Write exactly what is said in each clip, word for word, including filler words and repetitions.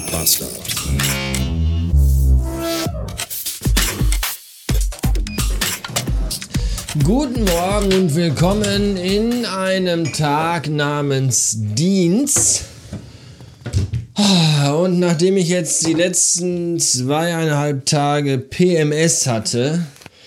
Master. Guten Morgen und willkommen in einem Tag namens Dienst. Und nachdem ich jetzt die letzten zweieinhalb Tage P M S hatte,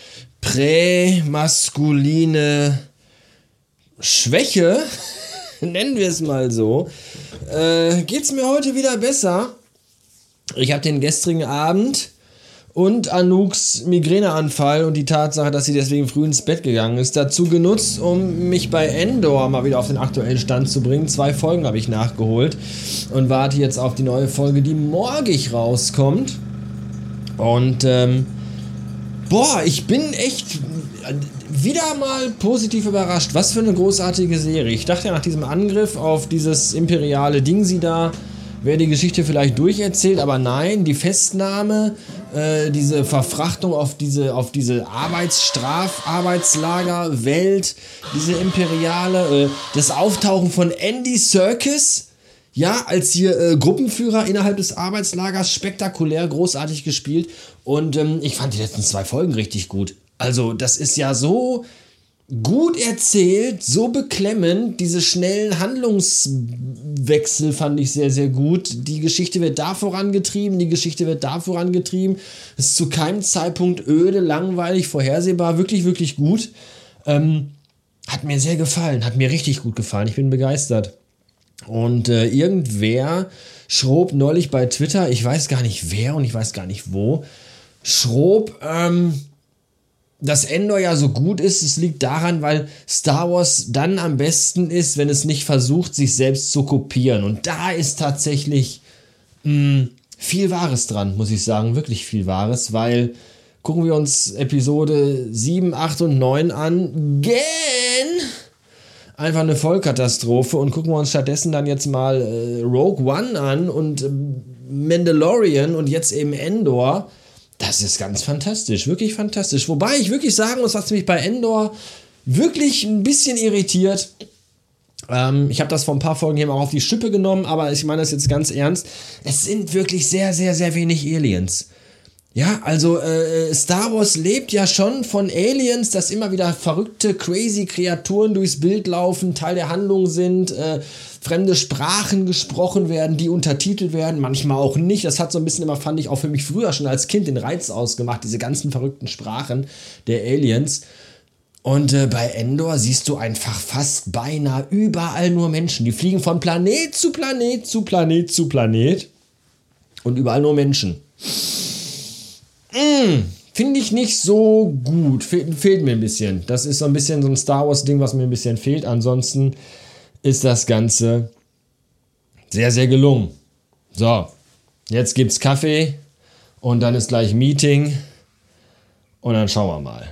prämaskuline Schwäche, nennen wir es mal so, äh, geht's mir heute wieder besser. Ich habe den gestrigen Abend und Anouks Migräneanfall und die Tatsache, dass sie deswegen früh ins Bett gegangen ist, dazu genutzt, um mich bei Endor mal wieder auf den aktuellen Stand zu bringen. Zwei Folgen habe ich nachgeholt und warte jetzt auf die neue Folge, die morgig rauskommt. Und ähm, boah, ich bin echt wieder mal positiv überrascht. Was für eine großartige Serie. Ich dachte ja nach diesem Angriff auf dieses imperiale Ding sie da, wäre die Geschichte vielleicht durcherzählt, aber nein, die Festnahme, äh, diese Verfrachtung auf diese, auf diese Arbeitsstraf-, Arbeitslager, Welt, diese imperiale, äh, das Auftauchen von Andy Serkis, ja, als hier äh, Gruppenführer innerhalb des Arbeitslagers, spektakulär, großartig gespielt und ähm, ich fand die letzten zwei Folgen richtig gut. Also das ist ja so gut erzählt, so beklemmend, diese schnellen Handlungswechsel fand ich sehr, sehr gut. Die Geschichte wird da vorangetrieben, die Geschichte wird da vorangetrieben. Es ist zu keinem Zeitpunkt öde, langweilig, vorhersehbar, wirklich, wirklich gut. Ähm, hat mir sehr gefallen, hat mir richtig gut gefallen, ich bin begeistert. Und äh, irgendwer schrob neulich bei Twitter, ich weiß gar nicht wer und ich weiß gar nicht wo, schrob, ähm, dass Endor ja so gut ist, es liegt daran, weil Star Wars dann am besten ist, wenn es nicht versucht, sich selbst zu kopieren. Und da ist tatsächlich mh, viel Wahres dran, muss ich sagen, wirklich viel Wahres, weil gucken wir uns Episode sieben, acht und neun an, gen einfach eine Vollkatastrophe und gucken wir uns stattdessen dann jetzt mal äh, Rogue One an und äh, Mandalorian und jetzt eben Endor. Das ist ganz fantastisch, wirklich fantastisch. Wobei ich wirklich sagen muss, was mich bei Endor wirklich ein bisschen irritiert. Ähm, ich habe das vor ein paar Folgen hier mal auf die Schippe genommen, aber ich meine das jetzt ganz ernst. Es sind wirklich sehr, sehr, sehr wenig Aliens. Ja, also äh, Star Wars lebt ja schon von Aliens, dass immer wieder verrückte, crazy Kreaturen durchs Bild laufen, Teil der Handlung sind, äh, fremde Sprachen gesprochen werden, die untertitelt werden, manchmal auch nicht. Das hat so ein bisschen immer, fand ich, auch für mich früher schon als Kind den Reiz ausgemacht, diese ganzen verrückten Sprachen der Aliens. Und äh, bei Endor siehst du einfach fast beinahe überall nur Menschen. Die fliegen von Planet zu Planet zu Planet zu Planet und überall nur Menschen. Mm, finde ich nicht so gut. Fe- fehlt mir ein bisschen. Das ist so ein bisschen so ein Star Wars Ding, was mir ein bisschen fehlt. Ansonsten ist das Ganze sehr, sehr gelungen. So, jetzt gibt's Kaffee und dann ist gleich Meeting und dann schauen wir mal.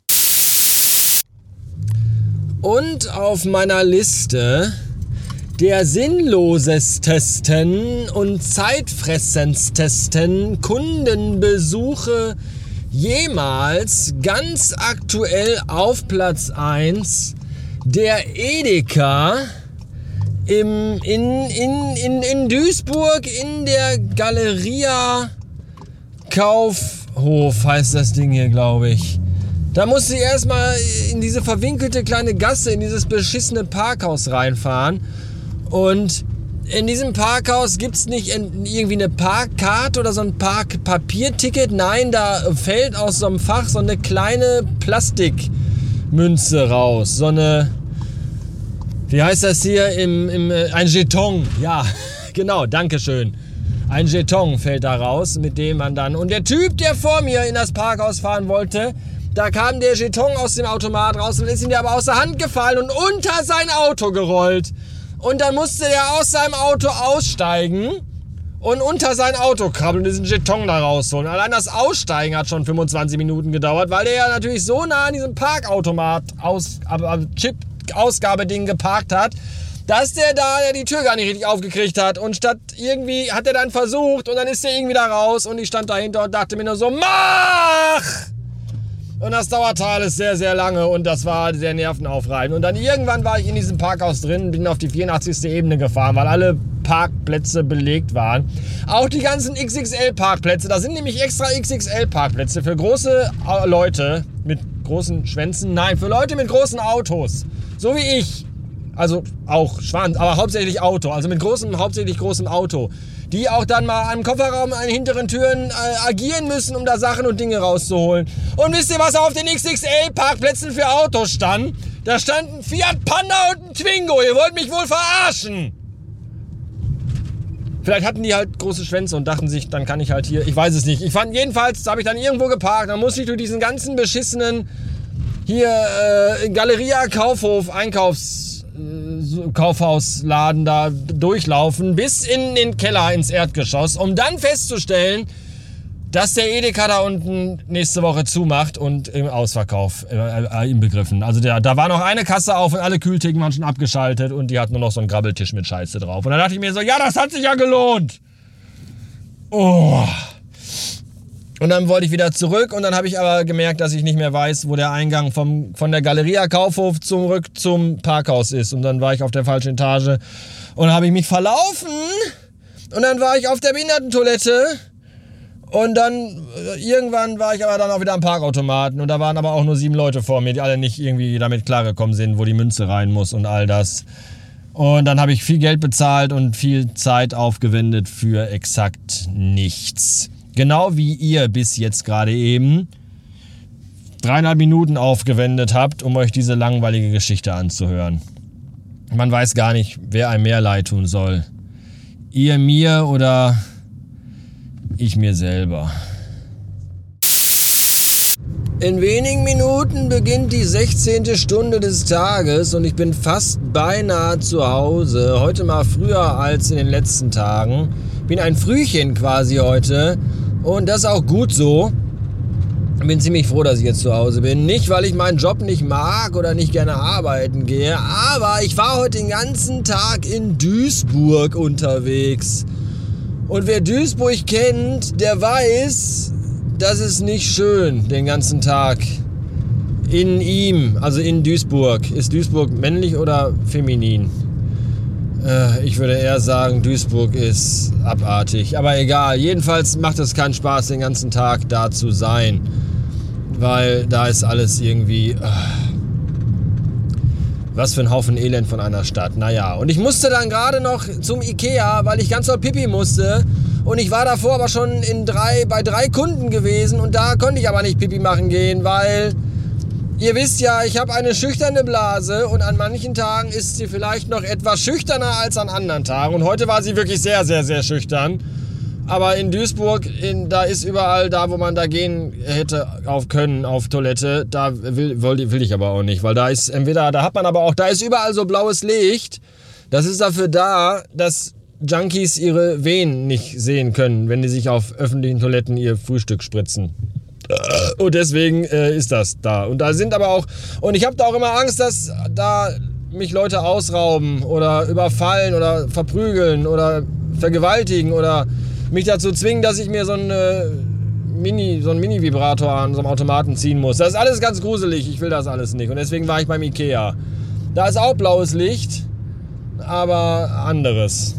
Und auf meiner Liste der sinnlosesten und zeitfressendsten Kundenbesuche jemals, ganz aktuell auf Platz eins, der Edeka im, in, in, in, in Duisburg in der Galeria Kaufhof heißt das Ding hier, glaube ich. Da musste ich erstmal in diese verwinkelte kleine Gasse, in dieses beschissene Parkhaus reinfahren. Und in diesem Parkhaus gibt es nicht irgendwie eine Parkkarte oder so ein Parkpapierticket. Nein, da fällt aus so einem Fach so eine kleine Plastikmünze raus. So eine, wie heißt das hier? Im, im, ein Jeton. Ja, genau, dankeschön. Ein Jeton fällt da raus, mit dem man dann... Und der Typ, der vor mir in das Parkhaus fahren wollte, da kam der Jeton aus dem Automat raus und ist ihm der aber aus der Hand gefallen und unter sein Auto gerollt. Und dann musste er aus seinem Auto aussteigen und unter sein Auto krabbeln und diesen Jeton da rausholen. Allein das Aussteigen hat schon fünfundzwanzig Minuten gedauert, weil der ja natürlich so nah an diesem Parkautomat aus, äh, Chip-Ausgabeding geparkt hat, dass der da ja die Tür gar nicht richtig aufgekriegt hat. Und statt irgendwie hat er dann versucht und dann ist er irgendwie da raus und ich stand dahinter und dachte mir nur so, mach! Und das dauerte alles sehr, sehr lange und das war sehr nervenaufreibend. Und dann irgendwann war ich in diesem Parkhaus drin, bin auf die vierundachtzigste Ebene gefahren, weil alle Parkplätze belegt waren. Auch die ganzen X X L-Parkplätze, da sind nämlich extra X X L-Parkplätze für große Leute mit großen Schwänzen. Nein, für Leute mit großen Autos. So wie ich. Also auch Schwanz, aber hauptsächlich Auto. Also mit großem, hauptsächlich großem Auto. Die auch dann mal am Kofferraum an den hinteren Türen äh, agieren müssen, um da Sachen und Dinge rauszuholen. Und wisst ihr, was auf den X X L-Parkplätzen für Autos stand? Da standen Fiat Panda und ein Twingo. Ihr wollt mich wohl verarschen. Vielleicht hatten die halt große Schwänze und dachten sich, dann kann ich halt hier, ich weiß es nicht. Ich fand jedenfalls, da habe ich dann irgendwo geparkt, dann musste ich durch diesen ganzen beschissenen hier äh, Galeria Kaufhof Einkaufs äh, Kaufhausladen da durchlaufen bis in den Keller ins Erdgeschoss, um dann festzustellen, dass der Edeka da unten nächste Woche zumacht und im Ausverkauf äh, äh, inbegriffen. Also der, da war noch eine Kasse auf und alle Kühltheken waren schon abgeschaltet und die hat nur noch so einen Grabbeltisch mit Scheiße drauf. Und dann dachte ich mir so, ja, das hat sich ja gelohnt. Oh. Und dann wollte ich wieder zurück und dann habe ich aber gemerkt, dass ich nicht mehr weiß, wo der Eingang vom, von der Galeria Kaufhof zurück zum Parkhaus ist. Und dann war ich auf der falschen Etage und dann habe ich mich verlaufen und dann war ich auf der Behindertentoilette. Und dann, irgendwann war ich aber dann auch wieder am Parkautomaten und da waren aber auch nur sieben Leute vor mir, die alle nicht irgendwie damit klargekommen sind, wo die Münze rein muss und all das. Und dann habe ich viel Geld bezahlt und viel Zeit aufgewendet für exakt nichts. Genau wie ihr bis jetzt gerade eben dreieinhalb Minuten aufgewendet habt, um euch diese langweilige Geschichte anzuhören. Man weiß gar nicht, wer einem mehr leid tun soll. Ihr mir oder ich mir selber. In wenigen Minuten beginnt die sechzehnte Stunde des Tages und ich bin fast beinahe zu Hause. Heute mal früher als in den letzten Tagen. Bin ein Frühchen quasi heute und das ist auch gut so. Bin ziemlich froh, dass ich jetzt zu Hause bin. Nicht, weil ich meinen Job nicht mag oder nicht gerne arbeiten gehe, aber ich war heute den ganzen Tag in Duisburg unterwegs. Und wer Duisburg kennt, der weiß, das ist nicht schön, den ganzen Tag. In ihm, also in Duisburg. Ist Duisburg männlich oder feminin? Äh, ich würde eher sagen, Duisburg ist abartig. Aber egal, jedenfalls macht es keinen Spaß, den ganzen Tag da zu sein. Weil da ist alles irgendwie... Äh, Was für ein Haufen Elend von einer Stadt. Naja, und ich musste dann gerade noch zum Ikea, weil ich ganz doll Pipi musste. Und ich war davor aber schon in drei, bei drei Kunden gewesen und da konnte ich aber nicht Pipi machen gehen, weil ihr wisst ja, ich habe eine schüchterne Blase und an manchen Tagen ist sie vielleicht noch etwas schüchterner als an anderen Tagen. Und heute war sie wirklich sehr, sehr, sehr schüchtern. Aber in Duisburg, in, da ist überall da, wo man da gehen hätte auf können, auf Toilette, da will, will ich aber auch nicht, weil da ist entweder, da hat man aber auch, da ist überall so blaues Licht. Das ist dafür da, dass Junkies ihre Venen nicht sehen können, wenn die sich auf öffentlichen Toiletten ihr Frühstück spritzen. Und deswegen äh, ist das da. Und da sind aber auch, und ich habe da auch immer Angst, dass da mich Leute ausrauben oder überfallen oder verprügeln oder vergewaltigen oder mich dazu zwingen, dass ich mir so einen äh, Mini, so einen Mini-Vibrator an so einem Automaten ziehen muss. Das ist alles ganz gruselig, ich will das alles nicht. Und deswegen war ich beim Ikea. Da ist auch blaues Licht, aber anderes.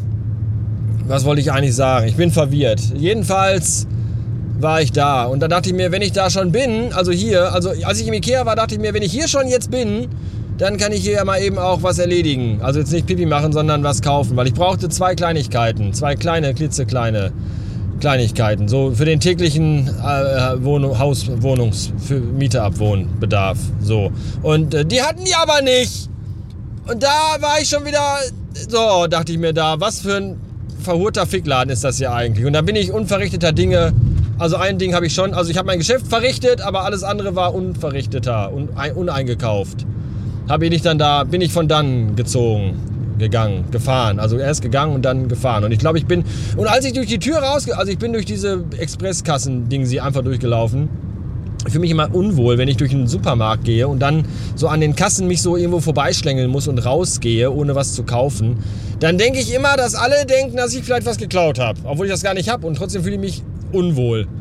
Was wollte ich eigentlich sagen? Ich bin verwirrt. Jedenfalls war ich da. Und dann dachte ich mir, wenn ich da schon bin, also hier, also als ich im Ikea war, dachte ich mir, wenn ich hier schon jetzt bin, dann kann ich hier ja mal eben auch was erledigen. Also jetzt nicht Pipi machen, sondern was kaufen. Weil ich brauchte zwei Kleinigkeiten. Zwei kleine, klitzekleine Kleinigkeiten. So für den täglichen äh, Wohnung, Haus, Wohnungs-, für Mieterabwohnbedarf. So. Und äh, die hatten die aber nicht. Und da war ich schon wieder, so dachte ich mir da, was für ein verhurter Fickladen ist das hier eigentlich. Und da bin ich unverrichteter Dinge. Also ein Ding habe ich schon, also ich habe mein Geschäft verrichtet, aber alles andere war unverrichteter und uneingekauft. Habe ich nicht dann da, bin ich von dann gezogen, gegangen, gefahren. Also erst gegangen und dann gefahren. Und ich glaube, ich bin, und als ich durch die Tür raus, also ich bin durch diese Expresskassen-Ding sie einfach durchgelaufen. Ich fühle mich immer unwohl, wenn ich durch einen Supermarkt gehe und dann so an den Kassen mich so irgendwo vorbeischlängeln muss und rausgehe, ohne was zu kaufen. Dann denke ich immer, dass alle denken, dass ich vielleicht was geklaut habe. Obwohl ich das gar nicht habe und trotzdem fühle ich mich unwohl.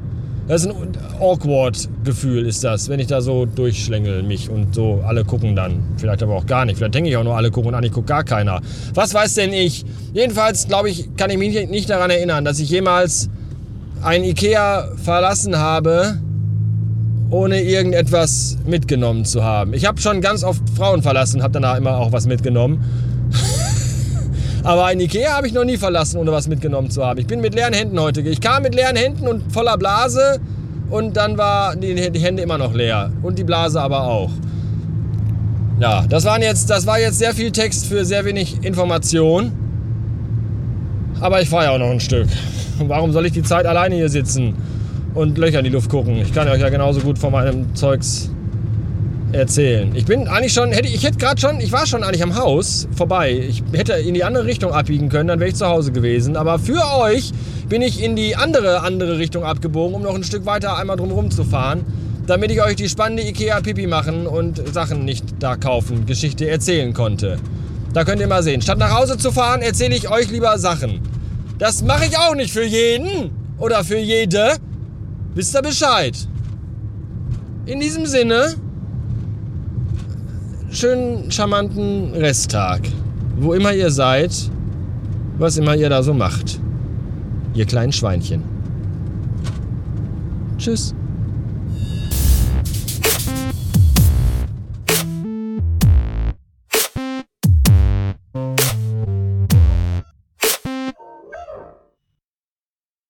Das ist ein Awkward-Gefühl, ist das, wenn ich da so durchschlängel mich und so alle gucken dann. Vielleicht aber auch gar nicht. Vielleicht denke ich auch nur, alle gucken und eigentlich guckt gar keiner. Was weiß denn ich? Jedenfalls, glaube ich, kann ich mich nicht daran erinnern, dass ich jemals ein Ikea verlassen habe, ohne irgendetwas mitgenommen zu haben. Ich habe schon ganz oft Frauen verlassen, habe danach immer auch was mitgenommen. Aber ein Ikea habe ich noch nie verlassen, ohne was mitgenommen zu haben. Ich bin mit leeren Händen heute. Ich kam mit leeren Händen und voller Blase und dann war die, die Hände immer noch leer. Und die Blase aber auch. Ja, das, waren jetzt, das war jetzt sehr viel Text für sehr wenig Information. Aber ich fahre ja auch noch ein Stück. Warum soll ich die Zeit alleine hier sitzen und Löcher in die Luft gucken? Ich kann euch ja genauso gut von meinem Zeugs erzählen. Ich bin eigentlich schon, hätte ich hätte gerade schon, ich war schon eigentlich am Haus vorbei. Ich hätte in die andere Richtung abbiegen können, dann wäre ich zu Hause gewesen. Aber für euch bin ich in die andere, andere Richtung abgebogen, um noch ein Stück weiter einmal drumherum zu fahren, damit ich euch die spannende Ikea Pipi machen und Sachen nicht da kaufen, Geschichte erzählen konnte. Da könnt ihr mal sehen. Statt nach Hause zu fahren, erzähle ich euch lieber Sachen. Das mache ich auch nicht für jeden oder für jede. Wisst ihr Bescheid? In diesem Sinne, schönen, charmanten Resttag. Wo immer ihr seid, was immer ihr da so macht. Ihr kleinen Schweinchen. Tschüss.